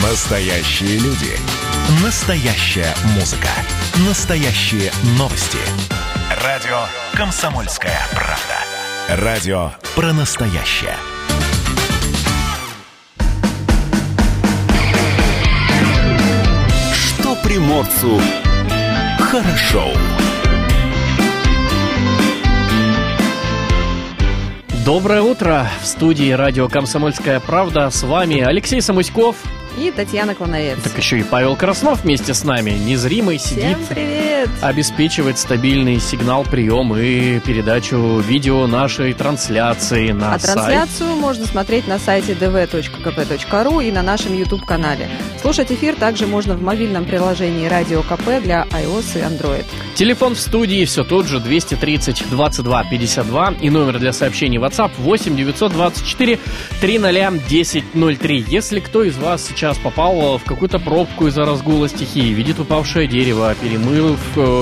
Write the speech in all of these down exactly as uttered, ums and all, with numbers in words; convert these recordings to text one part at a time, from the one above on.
Настоящие люди. Настоящая музыка. Настоящие новости. Радио «Комсомольская правда». Радио про настоящее. Что приморцу хорошо. Доброе утро! В студии радио «Комсомольская правда». С вами Алексей Самуськов. И Татьяна Клановец. Так еще и Павел Краснов вместе с нами. Незримый сидит. Всем привет! Обеспечивает стабильный сигнал, прием и передачу видео нашей трансляции на а сайт. трансляцию можно смотреть на сайте ди ви точка ка пэ точка ру и на нашем YouTube-канале. Слушать эфир также можно в мобильном приложении Радио КП для iOS и Android. Телефон в студии все тот же, двести тридцать двадцать два пятьдесят два. И номер для сообщений WhatsApp восемь девятьсот двадцать четыре триста десять ноль три. Если кто из вас сейчас попал в какую-то пробку из-за разгула стихии, видит упавшее дерево, перемыл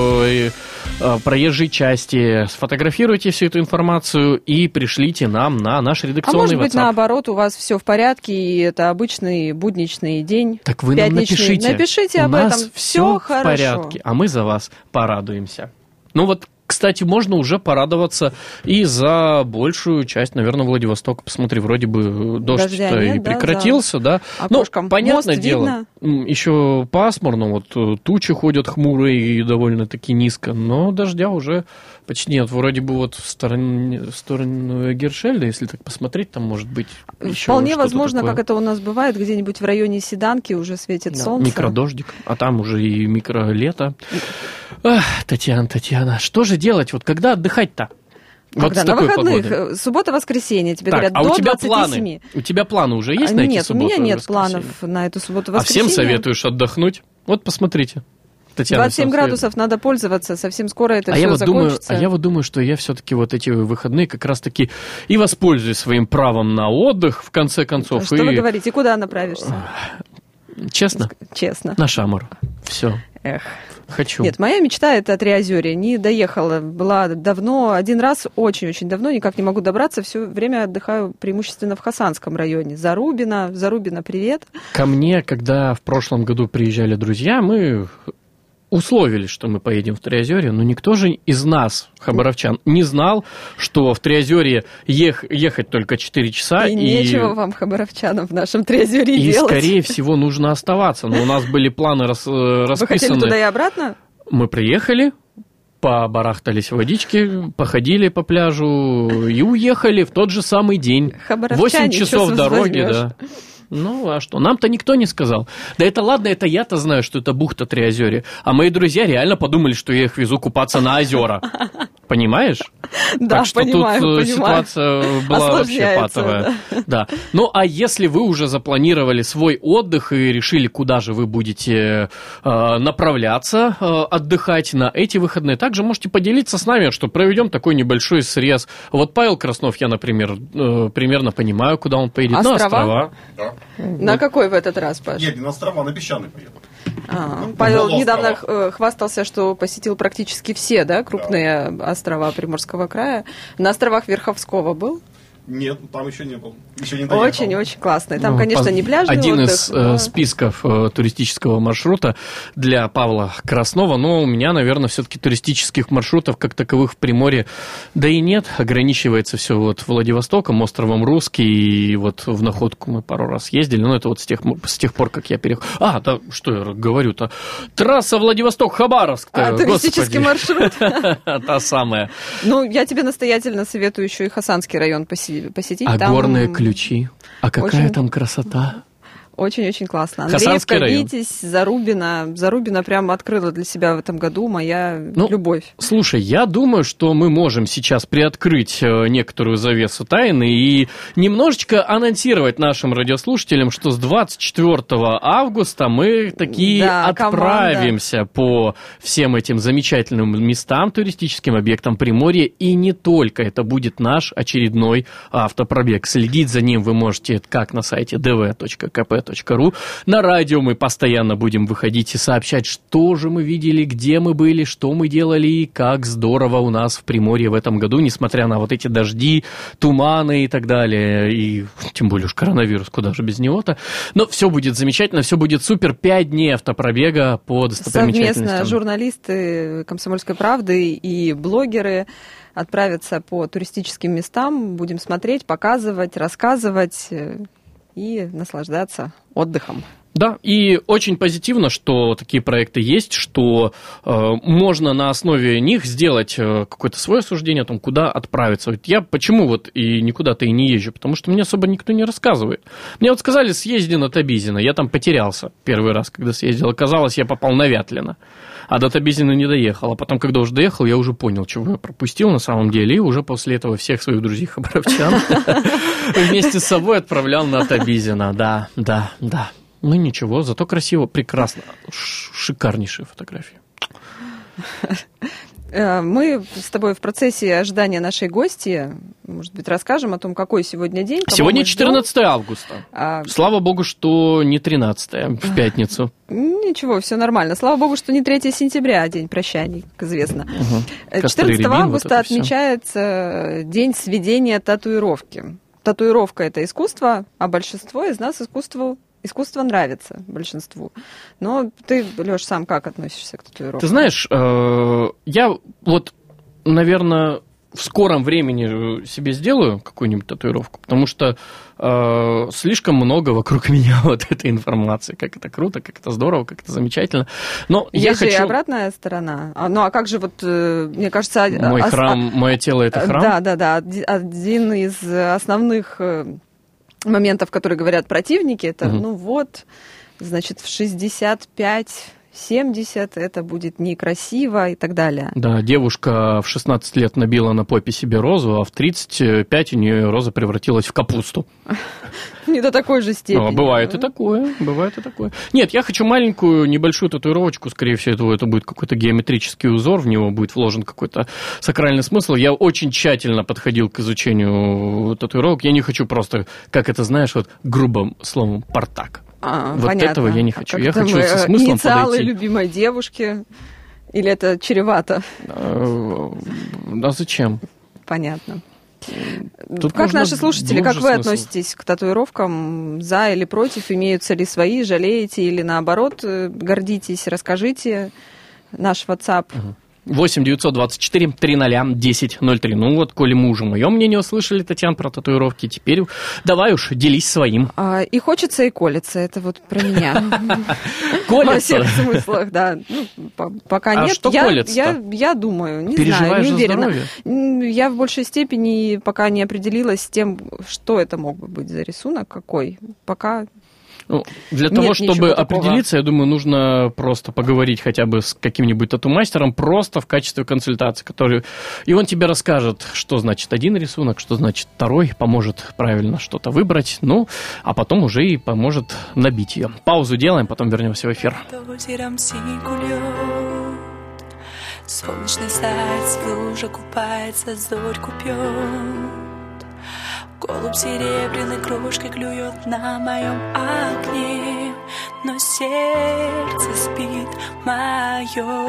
э, э, проезжей части, сфотографируйте всю эту информацию и пришлите нам на наш редакционный WhatsApp. А может быть, наоборот, у вас все в порядке, и это обычный будничный день. Так вы нам напишите. Напишите у об нас этом. Все в хорошо. порядке, а мы за вас порадуемся. Ну вот, кстати, можно уже порадоваться и за большую часть, наверное, Владивостока. Посмотри, вроде бы дождь-то и да, прекратился, да. Ну, понятное мост дело, видно. Еще пасмурно, вот тучи ходят хмурые и довольно-таки низко, но дождя уже почти нет. Вроде бы вот в стороне, в сторону Гершельда, если так посмотреть, там может быть еще Вполне что-то возможно, такое. Как это у нас бывает, где-нибудь в районе Седанки уже светит Да, солнце. Микродождик, а там уже и микролето. Ах, Татьяна, Татьяна, что же делать? Вот когда отдыхать-то? Когда? Вот с на такой выходных, погодой. Суббота-воскресенье, тебе так, говорят, а до у тебя двадцати семи. планы? У тебя планы уже есть а на эти нет, субботу? Нет, у меня нет воскресенье? планов на эту А субботу-воскресенье. всем советуешь отдохнуть? Вот посмотрите. Татьяна, двадцать семь градусов, надо пользоваться, совсем скоро это а все я вот закончится. Думаю, а я вот думаю, что я все-таки вот эти выходные как раз-таки и воспользуюсь своим правом на отдых, в конце концов. Что и... вы говорите, куда направишься? Честно? Честно. На Шамар. Все. Эх. Хочу. Нет, моя мечта — это Триозерье. Не доехала. Была давно, один раз, очень-очень давно, никак не могу добраться. Все время отдыхаю преимущественно в Хасанском районе. Зарубино. Зарубино, привет. Ко мне, когда в прошлом году приезжали друзья, мы условились, что мы поедем в Триозерье, но никто же из нас, хабаровчан, не знал, что в Триозерье ех- ехать только четыре часа. И, и нечего вам, хабаровчанам, в нашем Триозерье и, делать. И, скорее всего, нужно оставаться. Но у нас были планы рас- расписаны. Вы хотели туда и обратно? Мы приехали, побарахтались в водичке, походили по пляжу и уехали в тот же самый день. восемь часов дороги, да. Ну, а что? Нам-то никто не сказал. Да это ладно, это я-то знаю, что это бухта Триозерье. А мои друзья реально подумали, что я их везу купаться на озера. Понимаешь? Да, так что понимаю, тут понимаю. Ситуация была вообще патовая. Да. Да. Ну, а если вы уже запланировали свой отдых и решили, куда же вы будете э, направляться, э, отдыхать на эти выходные, также можете поделиться с нами, что проведем такой небольшой срез. Вот Павел Краснов, я, например, э, примерно понимаю, куда он поедет. Острова? На острова. Да. На какой в этот раз, Паш? Нет, не на острова, на песчаный поеду. А, Ну, Павел на недавно острова. хвастался, что посетил практически все, да, крупные да. острова Приморского края. На островах Верховского был? Нет, там еще не был. Еще не доехал. Очень-очень классно. Там, Ну, конечно, по- не пляжный Один отдых, из но... э, списков э, туристического маршрута для Павла Краснова, но у меня, наверное, все-таки туристических маршрутов как таковых в Приморье, да и нет, ограничивается все вот Владивостоком, островом Русский, и вот в Находку мы пару раз ездили, но это вот с тех, с тех пор, как я переехал. А, да, что я говорю-то? Трасса Владивосток-Хабаровск-то, А, туристический маршрут. Та самая. Ну, я тебе настоятельно советую еще и Хасанский район посетить. А там горные ключи? А какая очень... там красота? Очень-очень классно. Хасанский Андреевка, район. Витязь, Зарубина. Зарубина прямо открыла для себя в этом году моя ну, любовь. Слушай, я думаю, что мы можем сейчас приоткрыть некоторую завесу тайны и немножечко анонсировать нашим радиослушателям, что с двадцать четвёртого августа мы такие да, отправимся команда. По всем этим замечательным местам, туристическим объектам Приморья. И не только. Это будет наш очередной автопробег. Следить за ним вы можете как на сайте ди ви точка ка пэ точка ру. На радио мы постоянно будем выходить и сообщать, что же мы видели, где мы были, что мы делали и как здорово у нас в Приморье в этом году, несмотря на вот эти дожди, туманы и так далее. И тем более уж коронавирус, куда же без него-то. Но все будет замечательно, все будет супер. Пять дней автопробега по достопримечательностям. Совместно журналисты «Комсомольской правды» и блогеры отправятся по туристическим местам, будем смотреть, показывать, рассказывать и наслаждаться отдыхом. Да, и очень позитивно, что такие проекты есть, что э, можно на основе них сделать э, какое-то свое суждение о том, куда отправиться. Вот я почему вот и никуда-то и не езжу, потому что мне особо никто не рассказывает. Мне вот сказали, съезди на Табизино, я там потерялся первый раз, когда съездил. Оказалось, я попал на Вятлино, а до Табизина не доехал. А потом, когда уже доехал, я уже понял, чего я пропустил на самом деле, и уже после этого всех своих друзей-хабаровчан вместе с собой отправлял на Табизино. Да, да, да. Ну ничего, зато красиво, прекрасно. Шикарнейшие фотографии. Мы с тобой в процессе ожидания нашей гости, может быть, расскажем о том, какой сегодня день. Сегодня четырнадцатое августа. А... Слава богу, что не тринадцатое, в пятницу. Ничего, все нормально. Слава богу, что не третьего сентября, день прощаний, как известно. Угу. четырнадцатого августа вот отмечается день сведения татуировки. Татуировка – это искусство, а большинство из нас искусство... Искусство нравится большинству. Но ты, Лёш, сам как относишься к татуировкам? Ты знаешь, я вот, наверное, в скором времени себе сделаю какую-нибудь татуировку, потому что слишком много вокруг меня вот этой информации. Как это круто, как это здорово, как это замечательно. Но Есть я же хочу... и обратная сторона. А, ну, а как же вот, мне кажется... Мой ос... храм, мое тело – это храм? Да, да, да. Один из основных... моментов, которые говорят противники, это, угу. ну вот, значит, в шестьдесят пять семьдесят это будет некрасиво и так далее. Да, девушка в шестнадцать лет набила на попе себе розу, а в тридцать пять у нее роза превратилась в капусту. Не до такой же степени. Но бывает и такое, бывает и такое. Нет, я хочу маленькую, небольшую татуировочку, скорее всего, это будет какой-то геометрический узор, в него будет вложен какой-то сакральный смысл. Я очень тщательно подходил к изучению татуировок. Я не хочу просто, как это знаешь, вот грубым словом, портак. А, вот понятно. этого я не хочу. А я хочу со смыслом инициалы подойти. Любимой девушки? Или это чревато? А, а зачем? Понятно. Тут как наши слушатели, как вы смысл. относитесь к татуировкам? За или против? Имеются ли свои? Жалеете или наоборот гордитесь? Расскажите. Наш WhatsApp. Угу. восемь девятьсот двадцать четыре триста десять ноль три. Ну вот, коли мы уже мое мнение услышали, Татьяна, про татуировки, теперь давай уж, делись своим. А, и хочется, и колется. Это вот про меня. Колется? Во всех смыслах, да. Пока нет. А что колется-то? Я думаю, не знаю, Переживаешь не за уверена. здоровье? Я в большей степени пока не определилась с тем, что это мог бы быть за рисунок, какой. Пока... Ну, для Нет того, чтобы такого. определиться, я думаю, нужно просто поговорить хотя бы с каким-нибудь тату-мастером, просто в качестве консультации, который... и он тебе расскажет, что значит один рисунок, что значит второй, поможет правильно что-то выбрать, ну, а потом уже и поможет набить ее. Паузу делаем, потом вернемся в эфир. Солнечный заяц в луже купается, зорьку пьет. Голубь серебряной крошкой клюет на моем окне, но сердце спит мое.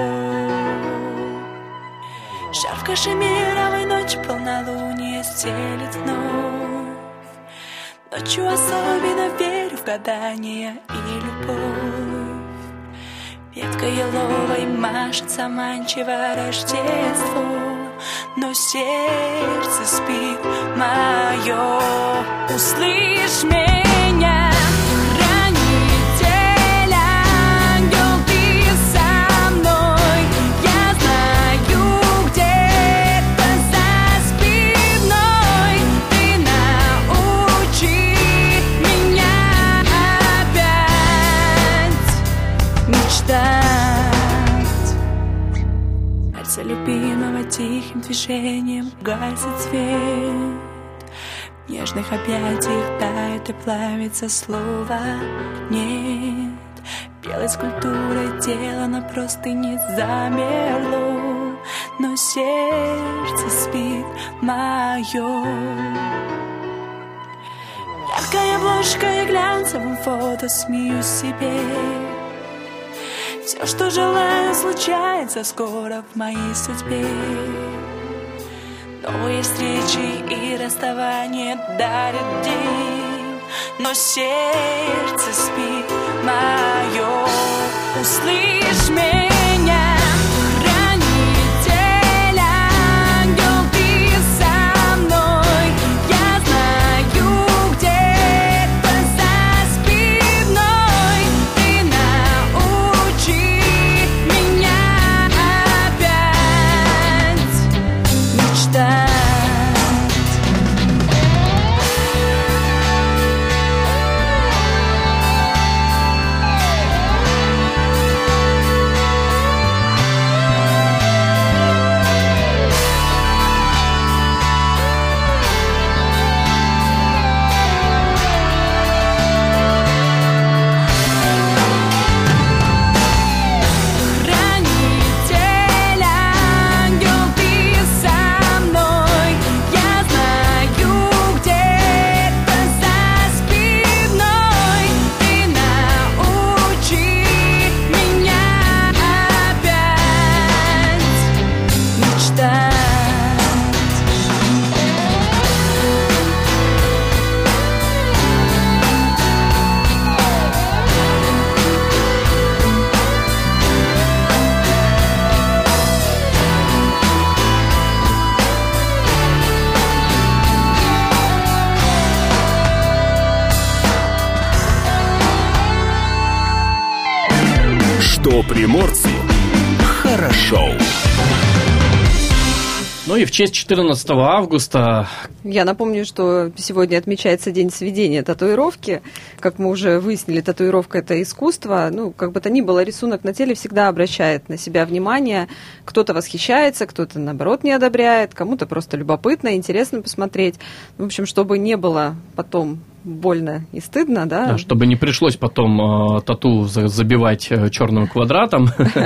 Жар в кашемировой ночи, полнолуние стелет вновь. Ночью особенно верю в гадания и любовь. Ветка еловой машет заманчиво Рождество, но сердце спит мое. Услышь меня, хранитель, ангел, ты со мной. Я знаю, где-то за спиной ты научи меня опять мечтать. Сердце любимого тихим движением гасит свет. В нежных объятиях тает и плавится слово «нет». Белой скульптурой тело на простыне замерло, но сердце спит мое. яркой обложкой и глянцевым фото смеюсь себе. Все, что желаю, случается скоро в моей судьбе. Новые встречи и расставания дарят день, но сердце спит мое. Услышь меня, хранитель, ангел, ты со мной. Я знаю, где-то за спиной ты научи меня опять мечтать. Что приморцу хорошо. Ну и в честь четырнадцатого августа... Я напомню, что сегодня отмечается День сведения татуировки. Как мы уже выяснили, татуировка – это искусство. Ну, как бы то ни было, рисунок на теле всегда обращает на себя внимание. Кто-то восхищается, кто-то, наоборот, не одобряет, кому-то просто любопытно, интересно посмотреть. В общем, чтобы не было потом больно и стыдно, да? Да, чтобы не пришлось потом э, тату забивать э, черным квадратом.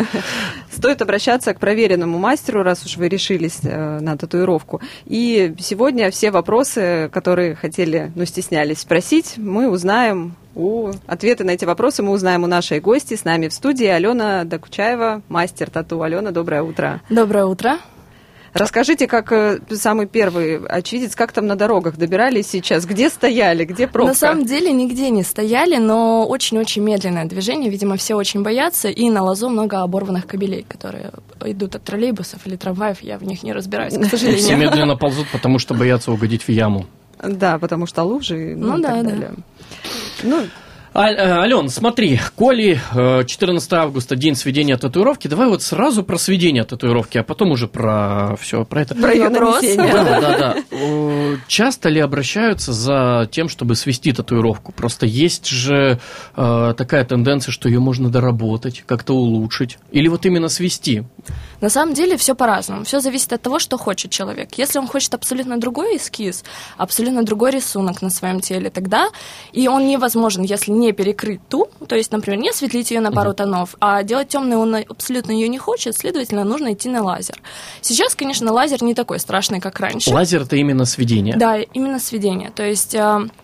Стоит обращаться к проверенному мастеру, раз уж вы решились э, на татуировку. И сегодня все вопросы, которые хотели, ну, стеснялись спросить, мы узнаем у... Ответы на эти вопросы мы узнаем у нашей гости. С нами в студии Алена Докучаева, мастер тату. Алена, доброе утро. Доброе утро. Расскажите, как э, самый первый очевидец, как там на дорогах добирались сейчас? Где стояли, где пробка? На самом деле нигде не стояли, но очень-очень медленное движение. Видимо, все очень боятся. И на лазу много оборванных кабелей, которые идут от троллейбусов или трамваев. Я в них не разбираюсь, к сожалению. Все медленно ползут, потому что боятся угодить в яму. Да, потому что лужи, ну, ну и да, так да. далее. Ну, А, Ален, смотри, коли четырнадцатого августа день сведения татуировки, давай вот сразу про сведение татуировки, а потом уже про все про это. Про ее нанесение. Да, да, да. Часто ли обращаются за тем, чтобы свести татуировку? Просто есть же э, такая тенденция, что ее можно доработать, как-то улучшить, или вот именно свести? На самом деле все по-разному. Все зависит от того, что хочет человек. Если он хочет абсолютно другой эскиз, абсолютно другой рисунок на своем теле, тогда и он невозможен, если не перекрыть ту, то есть, например, не осветлить ее на пару uh-huh. тонов, а делать темной он абсолютно ее не хочет, следовательно, нужно идти на лазер. Сейчас, конечно, лазер не такой страшный, как раньше. Лазер – это именно сведение? Да, именно сведение. То есть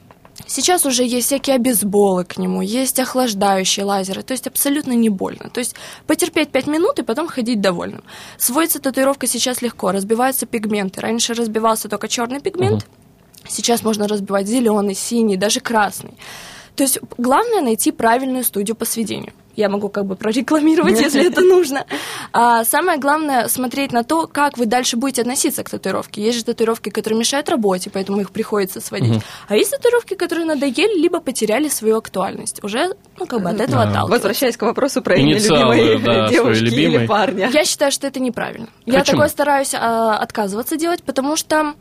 сейчас уже есть всякие обезболы к нему, есть охлаждающие лазеры, то есть абсолютно не больно. То есть потерпеть пять минут и потом ходить довольным. Сводится татуировка сейчас легко, разбиваются пигменты. Раньше разбивался только черный пигмент, uh-huh. сейчас можно разбивать зеленый, синий, даже красный. То есть главное найти правильную студию по сведению. Я могу как бы прорекламировать, если это нужно. А самое главное смотреть на то, как вы дальше будете относиться к татуировке. Есть же татуировки, которые мешают работе, поэтому их приходится сводить. Угу. А есть татуировки, которые надоели, либо потеряли свою актуальность. Уже, ну, как бы от этого отталкиваться. Возвращаясь к вопросу про имя любимой да, девушки любимой. или парня. Я считаю, что это неправильно. Почему? Я такое стараюсь а, отказываться делать, потому что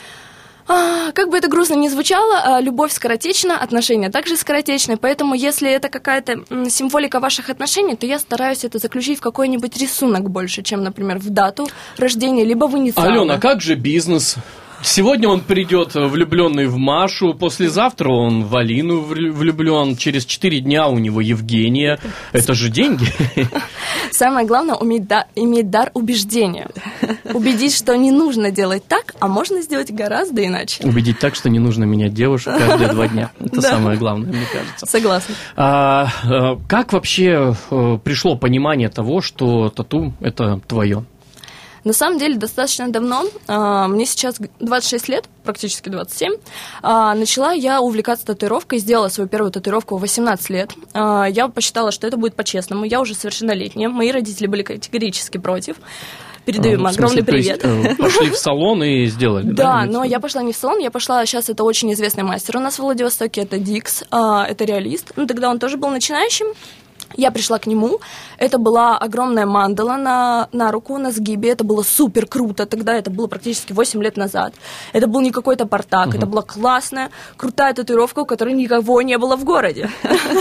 А, как бы это грустно ни звучало, любовь скоротечна, отношения также скоротечны, поэтому если это какая-то символика ваших отношений, то я стараюсь это заключить в какой-нибудь рисунок больше, чем, например, в дату рождения, либо в инициалы. Алена, а как же бизнес? Сегодня он придет влюбленный в Машу, послезавтра он в Алину влюблен, через четыре дня у него Евгения. Это же деньги. Самое главное уметь да, иметь дар убеждения. Убедить, что не нужно делать так, а можно сделать гораздо иначе. Убедить так, что не нужно менять девушек каждые два дня. Это да. самое главное, мне кажется. Согласна. А, как вообще пришло понимание того, что тату – это твое? На самом деле, достаточно давно, мне сейчас двадцать шесть лет, практически двадцать семь, начала я увлекаться татуировкой, сделала свою первую татуировку в восемнадцать лет. Я посчитала, что это будет по-честному, я уже совершеннолетняя, мои родители были категорически против. Передаю им а, огромный смысле, привет. Есть, пошли в салон и сделали, да? Да, но я пошла не в салон, я пошла, сейчас это очень известный мастер у нас в Владивостоке, это Дикс, это реалист, ну тогда он тоже был начинающим. Я пришла к нему, это была огромная мандала на, на руку, на сгибе, это было супер круто, тогда это было практически восемь лет назад. Это был не какой-то партак, uh-huh. это была классная, крутая татуировка, у которой никого не было в городе.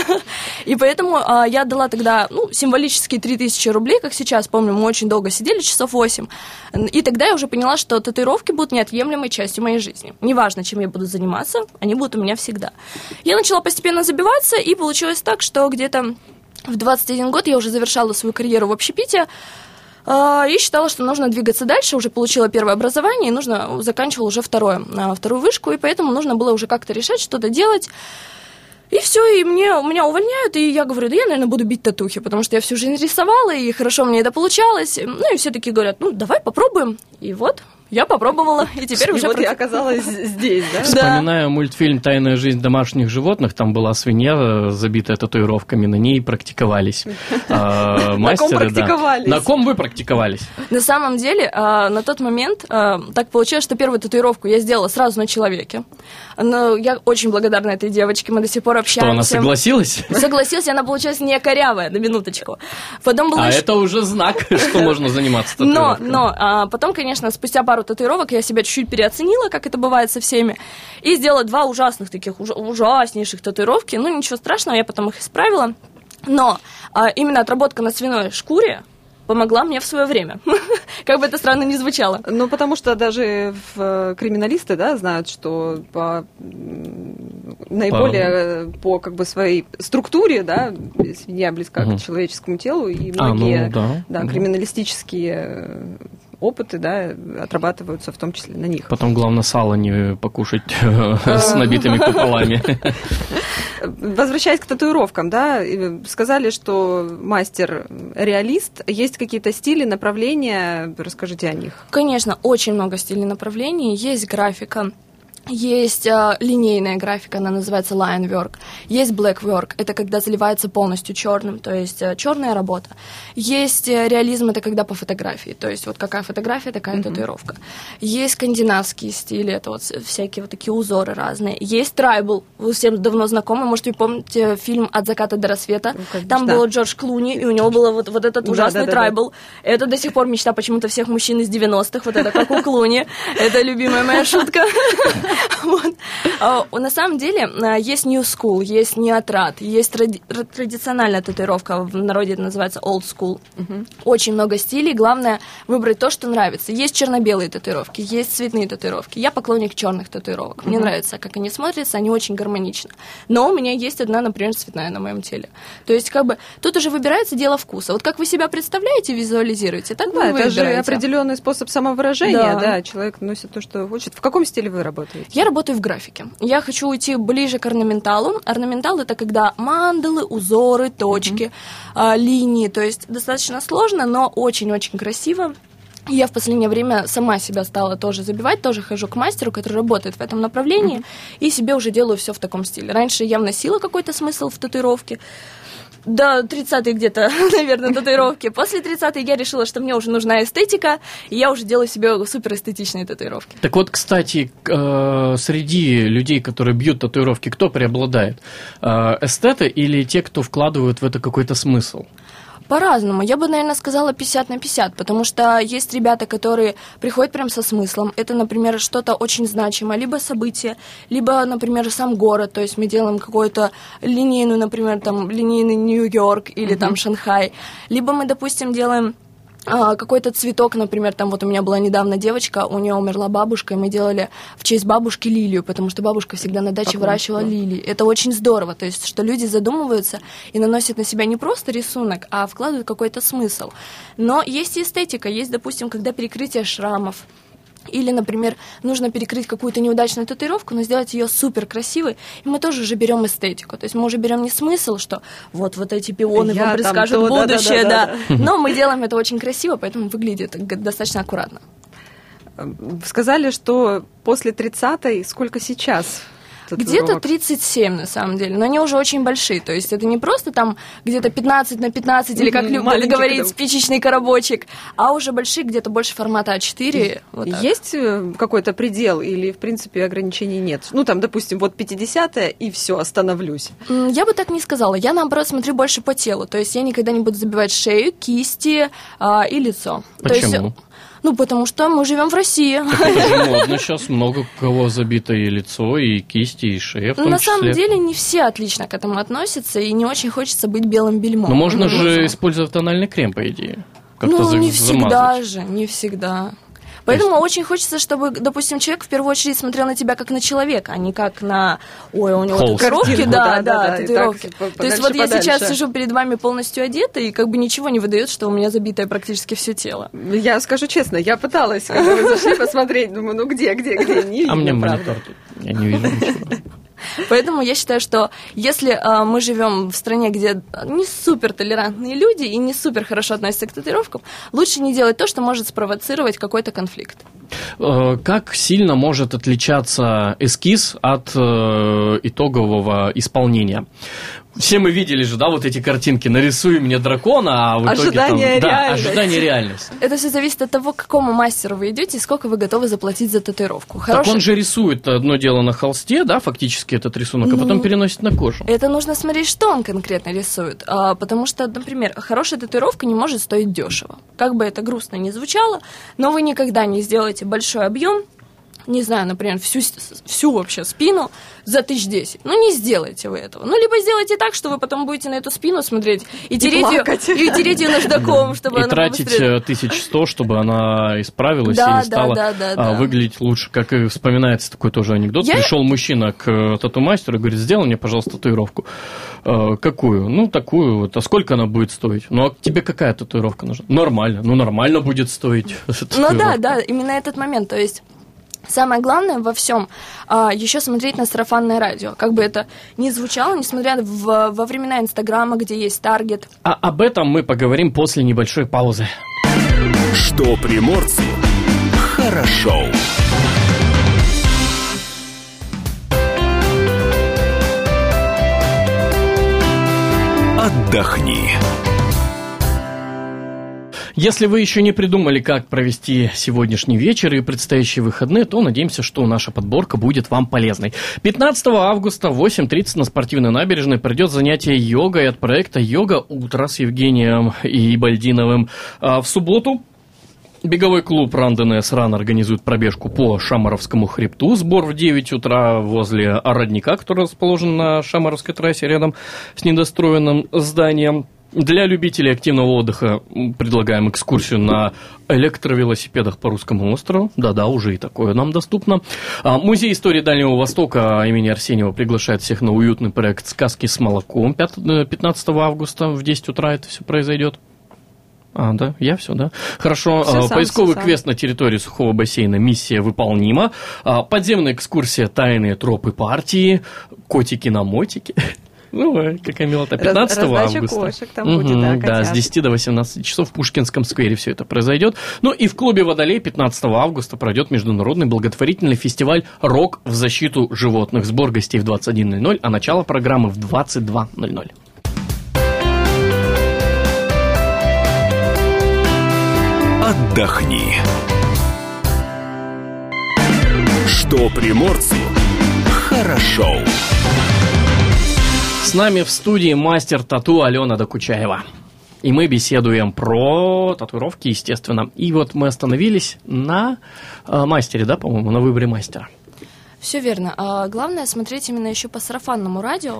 И поэтому я отдала тогда ну, символические три тысячи рублей, как сейчас, помню, мы очень долго сидели, часов восемь. И тогда я уже поняла, что татуировки будут неотъемлемой частью моей жизни. Неважно, чем я буду заниматься, они будут у меня всегда. Я начала постепенно забиваться, и получилось так, что где-то в двадцать один год я уже завершала свою карьеру в общепите и считала, что нужно двигаться дальше, уже получила первое образование, и нужно заканчивала уже второе, вторую вышку, и поэтому нужно было уже как-то решать, что-то делать. И все, и мне, меня увольняют, и я говорю, да я, наверное, буду бить татухи, потому что я всю жизнь рисовала, и хорошо мне это получалось. Ну, и все такие говорят, ну, давай попробуем. И вот, я попробовала, и теперь и уже... вот я оказалась здесь, да? Вспоминаю да. мультфильм «Тайная жизнь домашних животных», там была свинья, забитая татуировками, на ней практиковались. На ком практиковались? На ком вы практиковались? На самом деле, на тот момент так получилось, что первую татуировку я сделала сразу на человеке. Я очень благодарна этой девочке, мы до сих пор общаемся. Что, она согласилась? Согласилась, и она получилась не корявая, на минуточку. Потом было а еще... это уже знак, что можно заниматься татуировкой. Но, но а, потом, конечно, спустя пару татуировок я себя чуть-чуть переоценила, как это бывает со всеми, и сделала два ужасных таких, уж, ужаснейших татуировки. Ну, ничего страшного, я потом их исправила. Но а, именно отработка на свиной шкуре помогла мне в свое время. Как бы это странно ни звучало. Ну, потому что даже в криминалисты, да, знают, что по наиболее по, по как бы своей структуре, да, свинья близка угу. к человеческому телу, и многие а, ну, да. Да, угу. криминалистические опыты, да, отрабатываются в том числе на них. Потом, главное, сало не покушать с набитыми куполами. Возвращаясь к татуировкам, да, сказали, что мастер-реалист. Есть какие-то стили, направления? Расскажите о них. Конечно, очень много стилей направлений. Есть графика. Есть э, линейная графика, она называется line work. Есть black work, это когда заливается полностью черным, то есть э, черная работа. Есть э, реализм, это когда по фотографии, то есть вот какая фотография, такая mm-hmm. татуировка. Есть скандинавские стили, это вот всякие вот такие узоры разные. Есть трайбл, вы всем давно знакомы, может, вы помните фильм «От заката до рассвета». Ну, там был Джордж Клуни, и у него был вот, вот этот ужасный да, да, трайбл. Да, да. Это до сих пор мечта почему-то всех мужчин из девяностых, вот это как у Клуни. Это любимая моя шутка. Вот. А, на самом деле есть new school, есть неотрад, есть тради- традициональная татуировка, в народе это называется old school. Uh-huh. Очень много стилей, главное выбрать то, что нравится. Есть черно-белые татуировки, есть цветные татуировки. Я поклонник черных татуировок. Uh-huh. Мне нравится, как они смотрятся, они очень гармоничны. Но у меня есть одна, например, цветная на моем теле. То есть как бы тут уже выбирается дело вкуса. Вот как вы себя представляете, визуализируете, так да, вы это выбираете. же определенный способ самовыражения, да. да, человек носит то, что хочет. В каком стиле вы работаете? Я работаю в графике. Я хочу уйти ближе к орнаменталу. Орнаментал — это когда мандалы, узоры, точки, mm-hmm. э, линии. То есть достаточно сложно, но очень-очень красиво. Я в последнее время сама себя стала тоже забивать, тоже хожу к мастеру, который работает в этом направлении, mm-hmm. и себе уже делаю все в таком стиле. Раньше я вносила какой-то смысл в татуировки, до тридцатой где-то, наверное, татуировки. После тридцатой я решила, что мне уже нужна эстетика, и я уже делаю себе суперэстетичные татуировки. Так вот, кстати, среди людей, которые бьют татуировки, кто преобладает? Эстеты или те, кто вкладывают в это какой-то смысл? По-разному. Я бы, наверное, сказала пятьдесят на пятьдесят, потому что есть ребята, которые приходят прям со смыслом. Это, например, что-то очень значимое, либо событие, либо, например, сам город. То есть мы делаем какую-то линейную, например, там, линейный Нью-Йорк или mm-hmm. там Шанхай. Либо мы, допустим, делаем какой-то цветок, например, там вот у меня была недавно девочка, у нее умерла бабушка, и мы делали в честь бабушки лилию, потому что бабушка всегда на даче выращивала лилии. Это очень здорово, то есть, что люди задумываются и наносят на себя не просто рисунок, а вкладывают какой-то смысл. Но есть и эстетика, есть, допустим, когда перекрытие шрамов, или, например, нужно перекрыть какую-то неудачную татуировку, но сделать ее супер красивой, и мы тоже уже берем эстетику. То есть мы уже берем не смысл, что вот, вот эти пионы Я вам предскажут то, будущее, да, да, да, да. Но мы делаем это очень красиво, поэтому выглядит достаточно аккуратно. Сказали, что после тридцатой сколько сейчас? Где-то тридцать семь, на самом деле, но они уже очень большие, то есть это не просто там где-то пятнадцать на пятнадцать, или, как любят говорить, спичечный коробочек, а уже большие, где-то больше формата а четыре. Вот есть какой-то предел или, в принципе, ограничений нет? Ну, там, допустим, вот пятидесятая, и все, остановлюсь. Я бы так не сказала, я, наоборот, смотрю больше по телу, то есть я никогда не буду забивать шею, кисти а, и лицо. Почему? То есть, ну, потому что мы живем в России. Так это же модно, сейчас много кого забито и лицо, и кисти, и шея в том На числе. самом деле не все отлично к этому относятся, и не очень хочется быть белым бельмом. Но можно же использовать тональный крем, по идее. Как-то ну, не всегда замазать. же, не всегда. Поэтому есть... очень хочется, чтобы, допустим, человек в первую очередь смотрел на тебя как на человека, а не как на, ой, у него татуировки, да, да, да, татуировки. То есть вот я сейчас сижу перед вами полностью одета, и как бы ничего не выдает, что у меня забитое практически все тело. Я скажу честно, я пыталась, когда вы зашли, посмотреть, думаю, ну где, где, где, не видно, а мне монитор тут, я не вижу ничего. Поэтому я считаю, что если э, мы живем в стране, где не супер толерантные люди и не супер хорошо относятся к татуировкам, лучше не делать то, что может спровоцировать какой-то конфликт. Как сильно может отличаться эскиз от э, итогового исполнения? Все мы видели же, да, вот эти картинки «Нарисуй мне дракона», а в итоге ожидание там... реальность. Да, ожидание реальность. Это все зависит от того, к какому мастеру вы идете и сколько вы готовы заплатить за татуировку. Хороший... Так он же рисует одно дело на холсте, да, фактически этот рисунок, ну, а потом переносит на кожу. Это нужно смотреть, что он конкретно рисует. А, потому что, например, хорошая татуировка не может стоить дешево. Как бы это грустно ни звучало, но вы никогда не сделаете большой объем, не знаю, например, всю, всю вообще спину за тысяч десять. Ну, не сделайте вы этого. Ну, либо сделайте так, что вы потом будете на эту спину смотреть и, и тереть, ее, и тереть ее наждаком, чтобы и она тратить побыстрее... тысяч сто, чтобы она исправилась да, и стала да, да, да, а, да. выглядеть лучше. Как и вспоминается такой тоже анекдот. Я... Пришел мужчина к тату-мастеру и говорит, сделай мне, пожалуйста, татуировку. А, какую? Ну, такую вот. А сколько она будет стоить? Ну, а тебе какая татуировка нужна? Нормально. Ну, нормально будет стоить. Ну, да, да, именно этот момент. То есть самое главное во всем а, еще смотреть на сарафанное радио. Как бы это ни звучало, несмотря в, во времена Инстаграма, где есть таргет. А об этом мы поговорим после небольшой паузы. Что приморцу хорошо. Отдохни. Если вы еще не придумали, как провести сегодняшний вечер и предстоящие выходные, то надеемся, что наша подборка будет вам полезной. пятнадцатого августа в восемь тридцать на Спортивной набережной пройдет занятие йогой от проекта «Йога утро» с Евгением Ибальдиновым. А в субботу беговой клуб «Ранденес Ран» организует пробежку по Шамаровскому хребту. Сбор в девять утра возле родника, который расположен на Шамаровской трассе рядом с недостроенным зданием. Для любителей активного отдыха предлагаем экскурсию на электровелосипедах по Русскому острову. Да-да, уже и такое нам доступно. Музей истории Дальнего Востока имени Арсеньева приглашает всех на уютный проект «Сказки с молоком». пятнадцатого августа в десять утра это все произойдет. А, да, я все, да? Хорошо. Все сам, поисковый все квест сам. На территории сухого бассейна «Миссия выполнима». Подземная экскурсия «Тайные тропы партии». Котики на мотике. Ну, какая милота. пятнадцатого августа. Кошек там угу, будет, да, да, с десяти до восемнадцати часов в Пушкинском сквере все это произойдет. Ну и в клубе «Водолей» пятнадцатого августа пройдет международный благотворительный фестиваль «Рок в защиту животных». Сбор гостей в двадцать один ноль ноль, а начало программы в двадцать два ноль ноль. Отдохни. Что приморцу хорошо. С нами в студии мастер тату Алена Докучаева. И мы беседуем про татуировки, естественно. И вот мы остановились на э, мастере, да, по-моему, на выборе мастера. Все верно. А главное смотреть именно еще по сарафанному радио.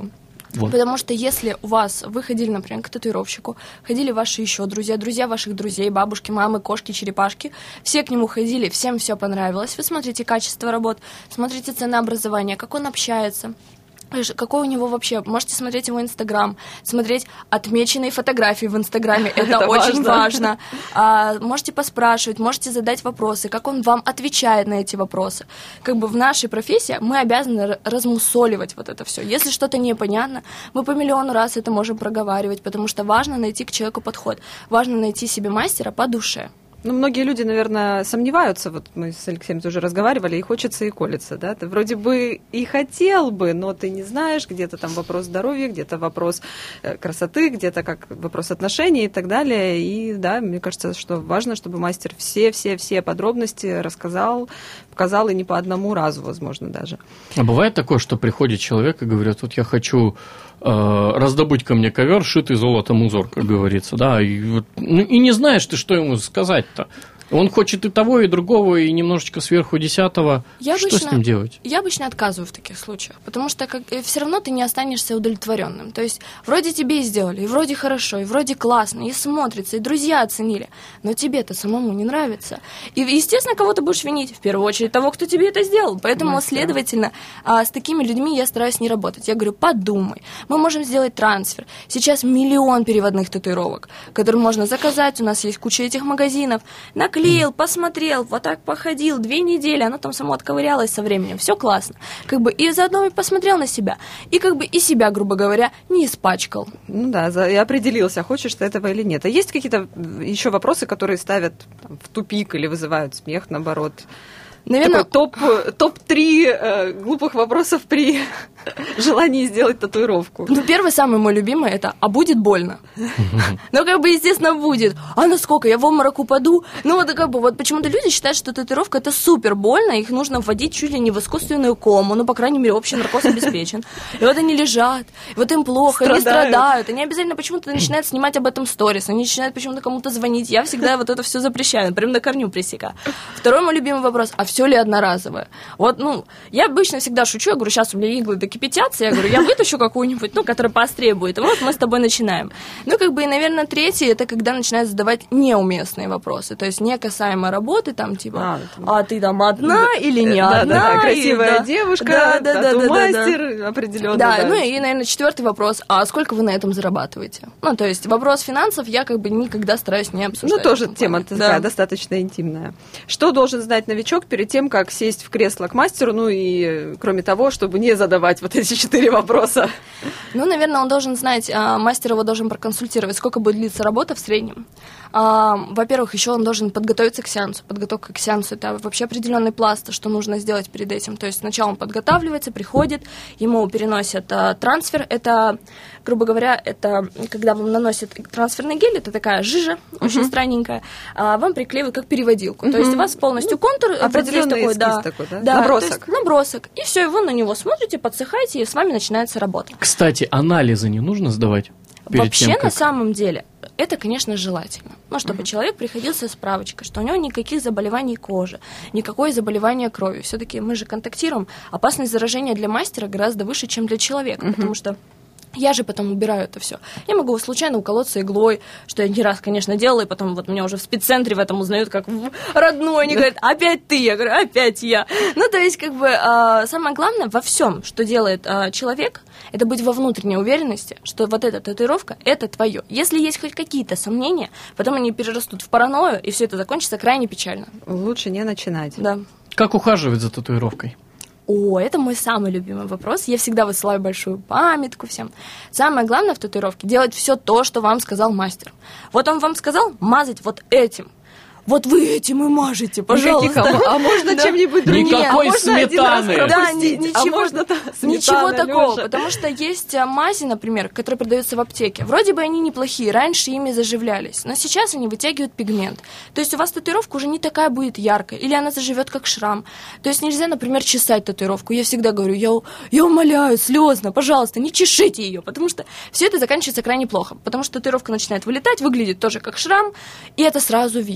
Вот. Потому что если у вас, вы ходили, например, к татуировщику, ходили ваши еще друзья, друзья ваших друзей, бабушки, мамы, кошки, черепашки, все к нему ходили, всем все понравилось, вы смотрите качество работ, смотрите ценообразование, как он общается, какой у него вообще, можете смотреть его Инстаграм, смотреть отмеченные фотографии в Инстаграме, это, это очень важно, важно. А, можете поспрашивать, можете задать вопросы, как он вам отвечает на эти вопросы. Как бы в нашей профессии мы обязаны размусоливать вот это все. Если что-то непонятно, мы по миллиону раз это можем проговаривать, потому что важно найти к человеку подход, важно найти себе мастера по душе. Ну, многие люди, наверное, сомневаются, вот мы с Алексеем тоже разговаривали, и хочется, и колется, да, ты вроде бы и хотел бы, но ты не знаешь, где-то там вопрос здоровья, где-то вопрос красоты, где-то как вопрос отношений и так далее, и, да, мне кажется, что важно, чтобы мастер все-все-все подробности рассказал, показал, и не по одному разу, возможно, даже. А бывает такое, что приходит человек и говорит, вот я хочу раздобудь ко мне ковер, шитый золотом узор, как говорится, да, и, вот, ну, и не знаешь ты, что ему сказать-то. Он хочет и того, и другого, и немножечко сверху десятого. Я что обычно, с ним делать? Я обычно отказываю в таких случаях, потому что как, все равно ты не останешься удовлетворенным. То есть вроде тебе и сделали, и вроде хорошо, и вроде классно, и смотрится, и друзья оценили, но тебе-то самому не нравится. И, естественно, кого ты будешь винить? В первую очередь того, кто тебе это сделал. Поэтому, Мастер. следовательно, с такими людьми я стараюсь не работать. Я говорю, подумай, мы можем сделать трансфер. Сейчас миллион переводных татуировок, которые можно заказать, у нас есть куча этих магазинов, наклеить, Клеил, посмотрел, вот так походил, две недели, оно там само отковырялось со временем, все классно. Как бы и заодно и посмотрел на себя, и как бы и себя, грубо говоря, не испачкал. Ну да, и определился, хочешь ты этого или нет. А есть какие-то еще вопросы, которые ставят там, в тупик или вызывают смех, наоборот? Наверное, топ, топ-три э, глупых вопросов при желании сделать татуировку. Ну, первый, самый мой любимый, это «а будет больно?» Ну, как бы, естественно, будет. А насколько? Я в обморок упаду? Ну, вот, как бы, вот почему-то люди считают, что татуировка – это супер больно, их нужно вводить чуть ли не в искусственную кому, ну, по крайней мере, общий наркоз обеспечен. И вот они лежат, и вот им плохо, страдают. Они страдают, они обязательно почему-то начинают снимать об этом сторис, они начинают почему-то кому-то звонить. Я всегда вот это все запрещаю, прям на корню пресекаю. Второй мой любимый вопрос – а все ли одноразовое? Вот, ну, я обычно всегда шучу, я говорю, сейчас у меня иглы докипятятся, я говорю, я вытащу какую-нибудь, ну, которая поострее будет, и вот мы с тобой начинаем. Ну, как бы, и, наверное, третий, это когда начинают задавать неуместные вопросы, то есть не касаемо работы, там, типа, а, а ты там одна да, или не да, одна? Да, да, красивая да, девушка, да, да, тату-мастер, да, да, определенно. Да, да, ну, и, наверное, четвертый вопрос, а сколько вы на этом зарабатываете? Ну, то есть вопрос финансов я, как бы, никогда стараюсь не обсуждать. Ну, тоже тема такая, да. достаточно интимная. Что должен знать новичок перед тем, как сесть в кресло к мастеру, ну и кроме того, чтобы не задавать вот эти четыре вопроса? Ну, наверное, он должен знать, мастер его должен проконсультировать, сколько будет длиться работа в среднем. Во-первых, еще он должен подготовиться к сеансу. Подготовка к сеансу – это вообще определенный пласт, что нужно сделать перед этим. То есть сначала он подготавливается, приходит, ему переносят трансфер. Это, грубо говоря, это когда вам наносят трансферный гель, это такая жижа, uh-huh. очень странненькая, вам приклеивают как переводилку. Uh-huh. То есть у вас полностью контур, определенный вот такой, да, такой, да? Да, набросок. Набросок. И все, и вы на него смотрите, подсыхаете, и с вами начинается работа. Кстати, анализы не нужно сдавать? Вообще, тем, как... на самом деле, это, конечно, желательно. Ну, чтобы mm-hmm. человек приходил со справочкой, что у него никаких заболеваний кожи, никакое заболевание крови. Все-таки мы же контактируем. Опасность заражения для мастера гораздо выше, чем для человека, mm-hmm. потому что я же потом убираю это все. Я могу случайно уколоться иглой, что я не раз, конечно, делала, и потом вот меня уже в спеццентре в этом узнают как родной. Они говорят, опять ты? Я говорю, опять я. Ну, то есть, как бы, э, самое главное во всем, что делает э, человек, это быть во внутренней уверенности, что вот эта татуировка – это твое. Если есть хоть какие-то сомнения, потом они перерастут в паранойю, и все это закончится крайне печально. Лучше не начинать. Да. Как ухаживать за татуировкой? О, это мой самый любимый вопрос. Я всегда высылаю большую памятку всем. Самое главное в татуировке – делать все то, что вам сказал мастер. Вот он вам сказал мазать вот этим. Вот вы этим и мажете, пожалуйста. Никаких, а, а можно да. чем-нибудь другим? Никакой а сметаны. Да, ни, ничего, а можно ничего такого, Лёша. Потому что есть мази, например, которые продаются в аптеке. Вроде бы они неплохие, раньше ими заживлялись, но сейчас они вытягивают пигмент. То есть у вас татуировка уже не такая будет яркая, или она заживет как шрам. То есть нельзя, например, чесать татуировку. Я всегда говорю, я, я умоляю, слезно, пожалуйста, не чешите ее, потому что все это заканчивается крайне плохо, потому что татуировка начинает вылетать, выглядит тоже как шрам, и это сразу видно.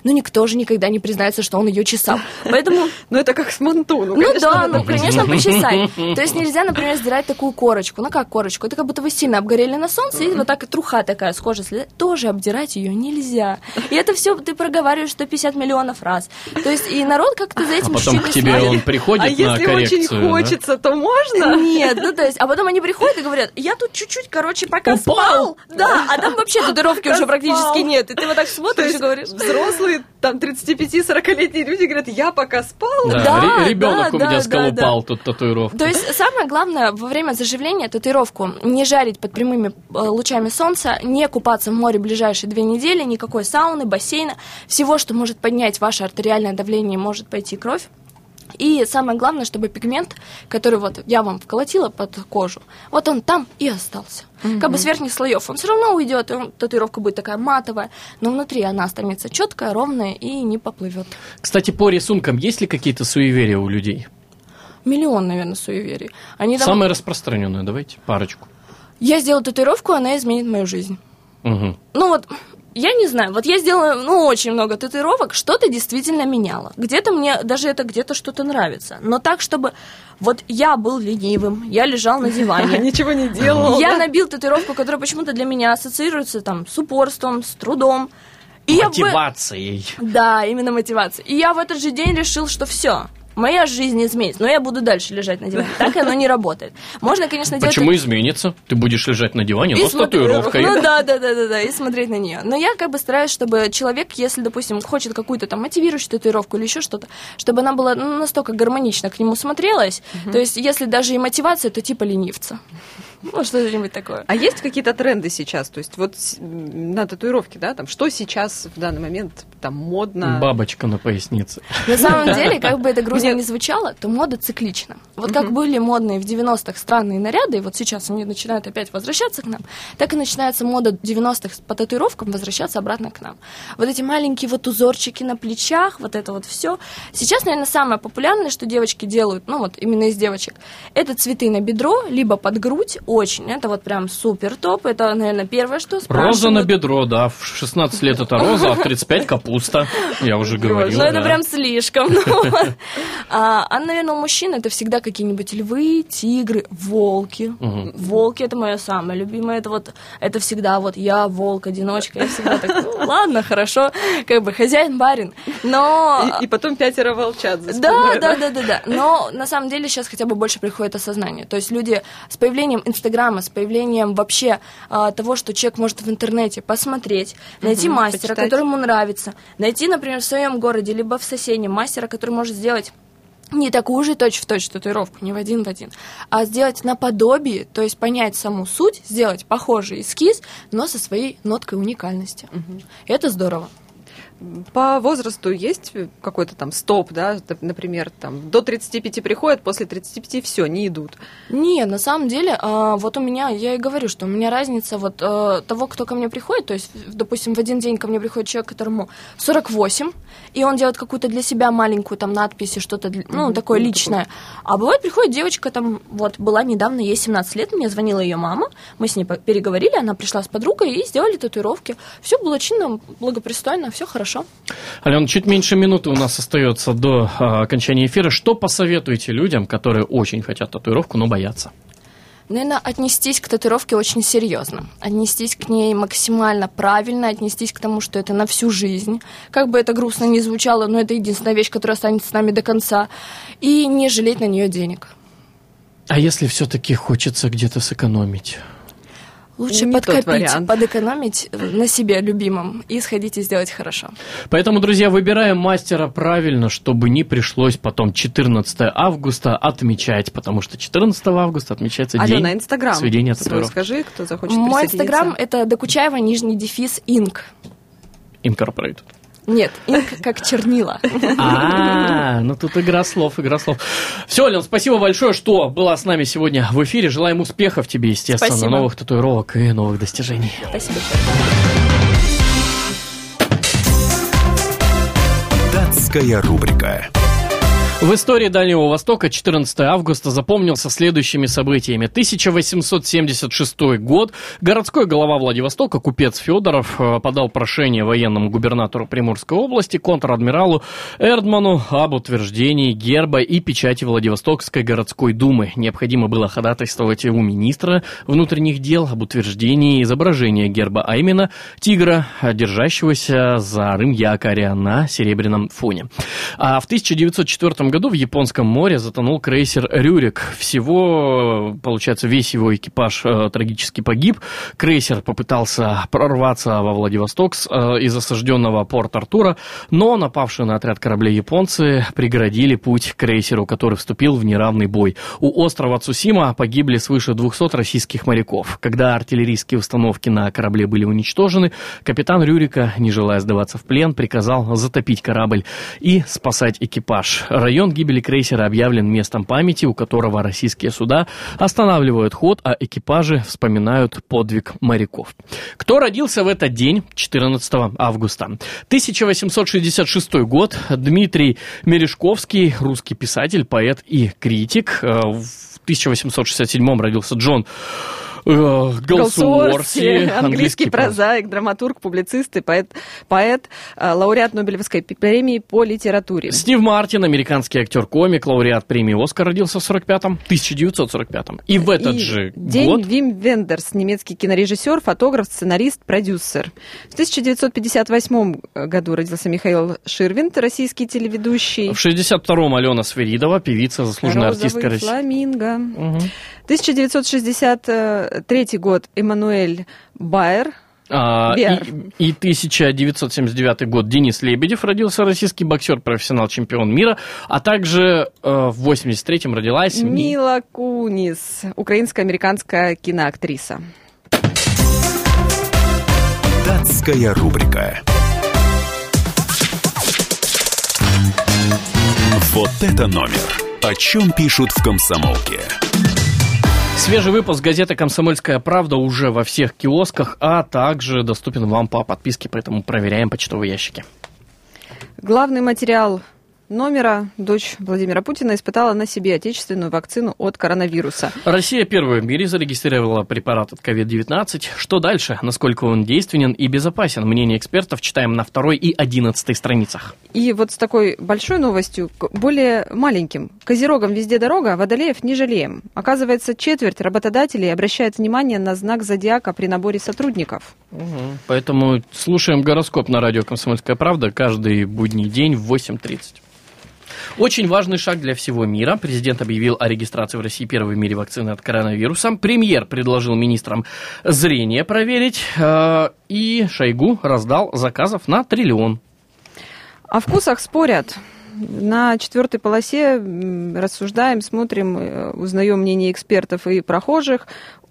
но никто же никогда не признается, что он ее чесал. Поэтому... Ну, это как с Монту. Ну, да, ну, конечно, почесать. То есть нельзя, например, сдирать такую корочку. Ну, как корочку? Это как будто вы сильно обгорели на солнце, и вот так и труха такая с кожи слезает. Тоже обдирать ее нельзя. И это все ты проговариваешь сто пятьдесят миллионов раз. То есть и народ как-то за этим а потом к тебе он приходит а на коррекцию. А если очень хочется, да? то можно? Нет, ну то есть, а потом они приходят и говорят, я тут чуть-чуть, короче, пока Упал. спал. Да, а там вообще татуировки уже практически нет. И ты вот так смотришь и говоришь. Взрослые, там, тридцати-пяти-сорокалетние люди говорят, я пока спал. Да, да ребенок да, у меня да, сколупал да, тут татуировку. То есть самое главное во время заживления татуировку не жарить под прямыми лучами солнца, не купаться в море ближайшие две недели, никакой сауны, бассейна, всего, что может поднять ваше артериальное давление, может пойти кровь. И самое главное, чтобы пигмент, который вот я вам вколотила под кожу, вот он там и остался. Mm-hmm. Как бы с верхних слоев он все равно уйдет, и он, татуировка будет такая матовая, но внутри она останется четкая, ровная и не поплывет. Кстати, по рисункам есть ли какие-то суеверия у людей? Миллион, наверное, суеверий. Они там... Самое распространенное, давайте парочку. Я сделаю татуировку, она изменит мою жизнь. Угу. Ну вот... Я не знаю, вот я сделала, ну, очень много татуировок, что-то действительно меняло. Где-то мне, даже это где-то что-то нравится. Но так, чтобы вот я был ленивым, я лежал на диване. Ничего не делал. Я набил татуировку, которая почему-то для меня ассоциируется там с упорством, с трудом. И мотивацией. Я в... Да, именно мотивацией. И я в этот же день решил, что все. Моя жизнь изменится, но я буду дальше лежать на диване. Так оно не работает. Можно, конечно, делать... Почему изменится? Ты будешь лежать на диване, но с татуировкой. Ну да, да, да, да, да, и смотреть на нее. Но я как бы стараюсь, чтобы человек, если, допустим, хочет какую-то там мотивирующую татуировку или еще что-то, чтобы она была ну, настолько гармонично к нему смотрелась. Угу. То есть, если даже и мотивация, то типа ленивца. Ну, что-нибудь такое. А есть какие-то тренды сейчас? То есть вот на татуировке, да, там, что сейчас в данный момент там модно? Бабочка на пояснице. На самом деле, как бы это грустно не звучало, то мода циклична. Вот как были модные в девяностых странные наряды, и вот сейчас они начинают опять возвращаться к нам, так и начинается мода девяностых по татуировкам возвращаться обратно к нам. Вот эти маленькие вот узорчики на плечах, вот это вот все. Сейчас, наверное, самое популярное, что девочки делают, ну вот именно из девочек, это цветы на бедро, либо под грудь. Очень. Это вот прям супер топ. Это, наверное, первое, что спрашивают. Роза на бедро, да. В шестнадцать лет это роза, а в тридцать пять капуста. Я уже говорил. Ну, это прям слишком. А, наверное, у мужчин это всегда какие-нибудь львы, тигры, волки. Волки — это мое самое любимое. Это вот, это всегда вот я волк-одиночка. Я всегда так, ну, ладно, хорошо, как бы хозяин-барин. Но... И потом пятеро волчат за спиной. Да, да, да, да, да. Но на самом деле сейчас хотя бы больше приходит осознание. То есть люди с появлением Инстаграма, с появлением вообще а, того, что человек может в интернете посмотреть, найти угу, мастера, почитать. Который ему нравится, найти, например, в своем городе, либо в соседнем мастера, который может сделать не такую же точь-в-точь татуировку, не в один в один, а сделать наподобие, то есть понять саму суть, сделать похожий эскиз, но со своей ноткой уникальности. Угу. Это здорово. По возрасту есть какой-то там стоп, да, например, там до тридцати пяти приходят, после тридцати пяти все, не идут? Нет, на самом деле, вот у меня, я и говорю, что у меня разница вот того, кто ко мне приходит, то есть, допустим, в один день ко мне приходит человек, которому сорок восемь, и он делает какую-то для себя маленькую там надпись, что-то, ну, mm-hmm. такое личное. А бывает, приходит девочка, там, вот, была недавно, ей семнадцать лет, мне звонила ее мама, мы с ней переговорили, она пришла с подругой и сделали татуировки. Все было чинно, благопристойно, все хорошо. Алена, чуть меньше минуты у нас остается до а, окончания эфира. Что посоветуете людям, которые очень хотят татуировку, но боятся? Наверное, отнестись к татуировке очень серьезно. Отнестись к ней максимально правильно, отнестись к тому, что это на всю жизнь. Как бы это грустно ни звучало, но это единственная вещь, которая останется с нами до конца. И не жалеть на нее денег. А если все-таки хочется где-то сэкономить? Лучше не подкопить, подэкономить на себе любимом и сходить и сделать хорошо. Поэтому, друзья, выбираем мастера правильно, чтобы не пришлось потом четырнадцатого августа отмечать, потому что четырнадцатого августа отмечается Алена, день Инстаграм сведения татуировок. Скажи, кто захочет Мой Инстаграм — это Докучаева, нижний дефис, инк. Incorporated. Нет, инк как чернила. А, ну тут игра слов, игра слов. Все, Лен, спасибо большое, что была с нами сегодня в эфире. Желаем успехов тебе, естественно, спасибо. Новых татуировок и новых достижений. Спасибо. Датская рубрика. В истории Дальнего Востока четырнадцатого августа запомнился следующими событиями. тысяча восемьсот семьдесят шестой год. Городской голова Владивостока, купец Федоров, подал прошение военному губернатору Приморской области, контр-адмиралу Эрдману, об утверждении герба и печати Владивостокской городской думы. Необходимо было ходатайствовать у министра внутренних дел об утверждении изображения герба, а именно тигра, держащегося за рым якоря на серебряном фоне. А в тысяча девятьсот четвёртом году в Японском море затонул крейсер «Рюрик». Всего, получается, весь его экипаж э, трагически погиб. Крейсер попытался прорваться во Владивосток э, из осажденного Порт-Артура, но напавшие на отряд кораблей японцы преградили путь к крейсеру, который вступил в неравный бой. У острова Цусима погибли свыше двухсот российских моряков. Когда артиллерийские установки на корабле были уничтожены, капитан «Рюрика», не желая сдаваться в плен, приказал затопить корабль и спасать экипаж. Район гибели крейсера объявлен местом памяти, у которого российские суда останавливают ход, а экипажи вспоминают подвиг моряков. Кто родился в этот день, четырнадцатого августа? тысяча восемьсот шестьдесят шестой год. Дмитрий Мережковский, русский писатель, поэт и критик. В тысяча восемьсот шестьдесят седьмом родился Джон Голсуорси, английский прозаик, драматург, публицист и поэт, поэт, лауреат Нобелевской премии по литературе. Стив Мартин, американский актер-комик, лауреат премии «Оскар», родился в сорок пятом, тысяча девятьсот сорок пятом. И в этот и же день год... Вим Вендерс, немецкий кинорежиссер, фотограф, сценарист, продюсер. В тысяча девятьсот пятьдесят восьмом году родился Михаил Ширвинд, российский телеведущий. В шестьдесят втором Алена Сверидова, певица, заслуженная «Розовый артистка России. фламинго». Угу. тысяча девятьсот шестьдесят третий год. Эммануэль Байер. А, и, и тысяча девятьсот семьдесят девятый год. Денис Лебедев родился, российский боксер, профессионал, чемпион мира. А также э, в восемьдесят третьем родилась... Мила Кунис, украинско-американская киноактриса. Датская рубрика. Вот это номер. О чем пишут в «Комсомолке». Свежий выпуск газеты «Комсомольская правда» уже во всех киосках, а также доступен вам по подписке, поэтому проверяем почтовые ящики. Главный материал номера: дочь Владимира Путина испытала на себе отечественную вакцину от коронавируса. Россия первая в мире зарегистрировала препарат от ковид девятнадцать. Что дальше? Насколько он действенен и безопасен? Мнение экспертов читаем на второй и одиннадцатой страницах. И вот с такой большой новостью, более маленьким. Козерогам везде дорога, водолеев не жалеем. Оказывается, четверть работодателей обращает внимание на знак зодиака при наборе сотрудников. Угу. Поэтому слушаем гороскоп на радио «Комсомольская правда» каждый будний день в восемь тридцать. Очень важный шаг для всего мира. Президент объявил о регистрации в России первой в мире вакцины от коронавируса. Премьер предложил министрам зрение проверить. И Шойгу раздал заказов на триллион. О вкусах спорят. На четвертой полосе рассуждаем, смотрим, узнаем мнение экспертов и прохожих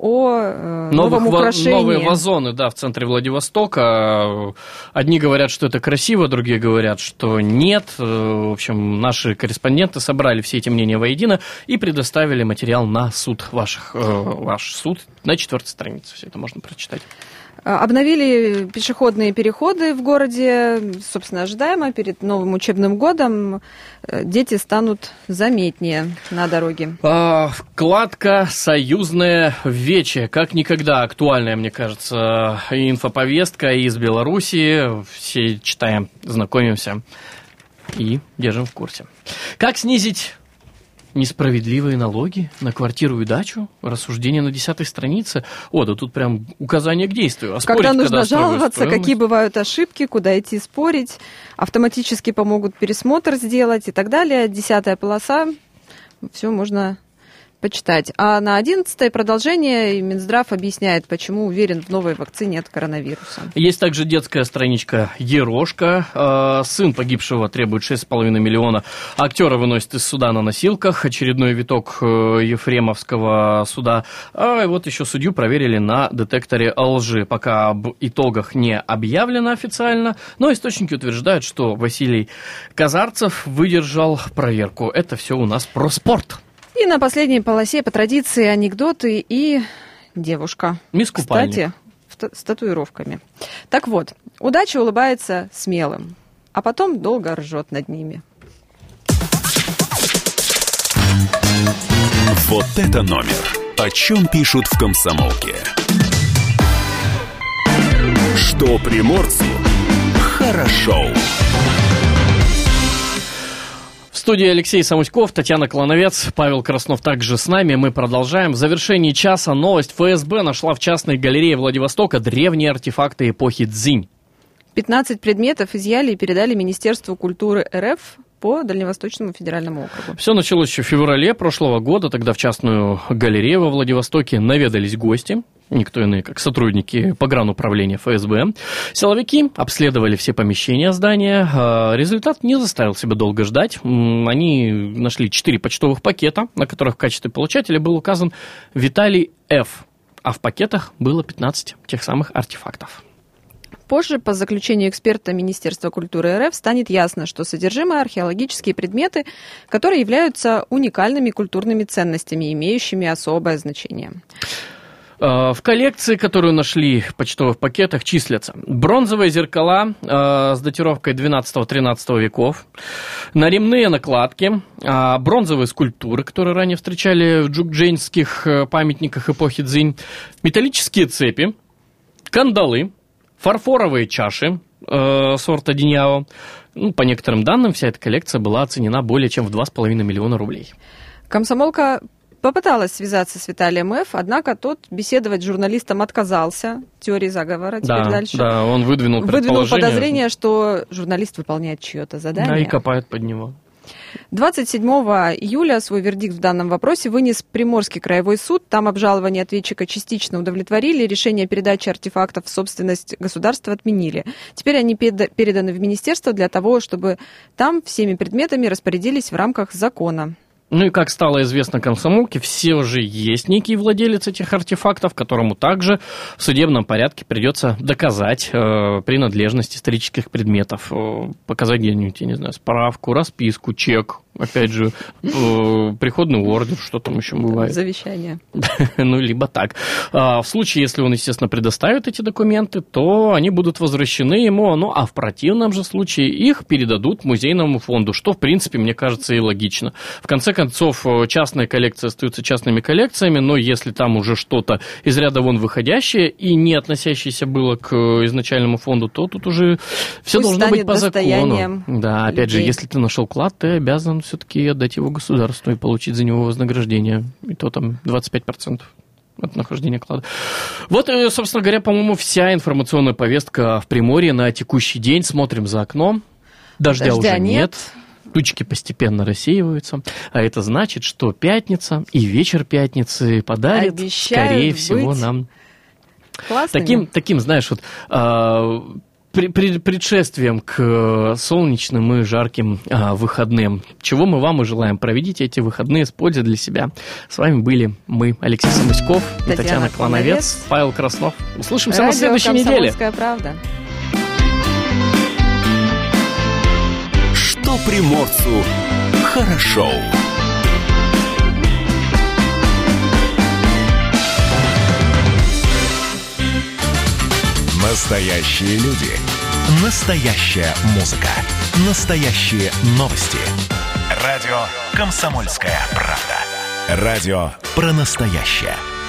о новом украшении. Новые вазоны, да, в центре Владивостока. Одни говорят, что это красиво, другие говорят, что нет. В общем, наши корреспонденты собрали все эти мнения воедино и предоставили материал на суд ваших, ваш суд на четвертой странице. Все это можно прочитать. Обновили пешеходные переходы в городе. Собственно, ожидаемо. Перед новым учебным годом дети станут заметнее на дороге. А, вкладка «Союзное вече». Как никогда актуальная, мне кажется, инфоповестка из Белоруссии. Все читаем, знакомимся и держим в курсе. Как снизить несправедливые налоги на квартиру и дачу? Рассуждение на десятой странице. О, да тут прям указание к действию. Оспорить когда нужно жаловаться, какие бывают ошибки, куда идти спорить, автоматически помогут пересмотр сделать и так далее. Десятая полоса, все можно почитать. А на одиннадцатой продолжение Минздрав объясняет, почему уверен в новой вакцине от коронавируса. Есть также детская страничка «Ерошка». Сын погибшего требует шесть с половиной миллиона. Актера выносят из суда на носилках. Очередной виток Ефремовского суда. А вот еще судью проверили на детекторе лжи. Пока об итогах не объявлено официально, но источники утверждают, что Василий Казарцев выдержал проверку. Это все у нас про спорт. И на последней полосе, по традиции, анекдоты и девушка. Мисс Купальник. Кстати, с татуировками. Так вот, удача улыбается смелым, а потом долго ржет над ними. Вот это номер. О чем пишут в «Комсомолке». Что приморцу хорошо. В студии Алексей Самуськов, Татьяна Клановец, Павел Краснов также с нами. Мы продолжаем. В завершении часа новость. ФСБ нашла в частной галерее Владивостока древние артефакты эпохи Цзинь. пятнадцать предметов изъяли и передали Министерству культуры РФ по Дальневосточному федеральному округу. Все началось еще в феврале прошлого года. Тогда в частную галерею во Владивостоке наведались гости. Никто иные, как сотрудники погрануправления ФСБ. Силовики обследовали все помещения здания. Результат не заставил себя долго ждать. Они нашли четыре почтовых пакета, на которых в качестве получателя был указан Виталий Ф. А в пакетах было пятнадцать тех самых артефактов. Позже, по заключению эксперта Министерства культуры РФ, станет ясно, что содержимое археологические предметы, которые являются уникальными культурными ценностями, имеющими особое значение. В коллекции, которую нашли в почтовых пакетах, числятся бронзовые зеркала э, с датировкой двенадцатого-тринадцатого веков, наремные накладки, э, бронзовые скульптуры, которые ранее встречали в джукджейнских памятниках эпохи Цзинь, металлические цепи, кандалы, фарфоровые чаши э, сорта Диньяо. Ну, по некоторым данным, вся эта коллекция была оценена более чем в два с половиной миллиона рублей. Комсомолка попыталась связаться с Виталием Ф., однако тот беседовать с журналистом отказался. Теории заговора теперь да, дальше. Да, он выдвинул предположение. Выдвинул подозрение, что журналист выполняет чье-то задание. Да, и копает под него. двадцать седьмого июля свой вердикт в данном вопросе вынес Приморский краевой суд. Там обжалование ответчика частично удовлетворили, решение передачи артефактов в собственность государства отменили. Теперь они переданы в министерство для того, чтобы там всеми предметами распорядились в рамках закона. Ну и как стало известно комсомолке, все уже есть некий владелец этих артефактов, которому также в судебном порядке придется доказать э, принадлежность исторических предметов, э, показать где-нибудь, я не знаю, справку, расписку, чек, опять же, э, приходный ордер, что там еще бывает. Завещание. Ну, либо так. А в случае, если он, естественно, предоставит эти документы, то они будут возвращены ему, ну, а в противном же случае их передадут музейному фонду, что, в принципе, мне кажется, и логично. В конце концов, частные коллекции остаются частными коллекциями, но если там уже что-то из ряда вон выходящее и не относящееся было к изначальному фонду, то тут уже все Пусть должно быть по закону. Да, опять людей. же, если ты нашел клад, ты обязан все-таки отдать его государству и получить за него вознаграждение. И то там двадцать пять процентов от нахождения клада. Вот, собственно говоря, по-моему, вся информационная повестка в Приморье на текущий день. Смотрим за окном. Дождя, Дождя уже нет. нет. Тучки постепенно рассеиваются, а это значит, что пятница и вечер пятницы подарит, обещают скорее всего, нам классными. таким, таким, знаешь, вот а, при, при, предшествием к солнечным и жарким а, выходным. Чего мы вам и желаем. Проведите эти выходные с пользой для себя. С вами были мы, Алексей Самуськов, Татьяна, Татьяна Клановец, Клановец, Павел Краснов. Услышимся Радио на следующей неделе. «Комсомольская правда». Что приморцу хорошо. Настоящие люди. Настоящая музыка. Настоящие новости. Радио «Комсомольская правда». Радио про настоящее.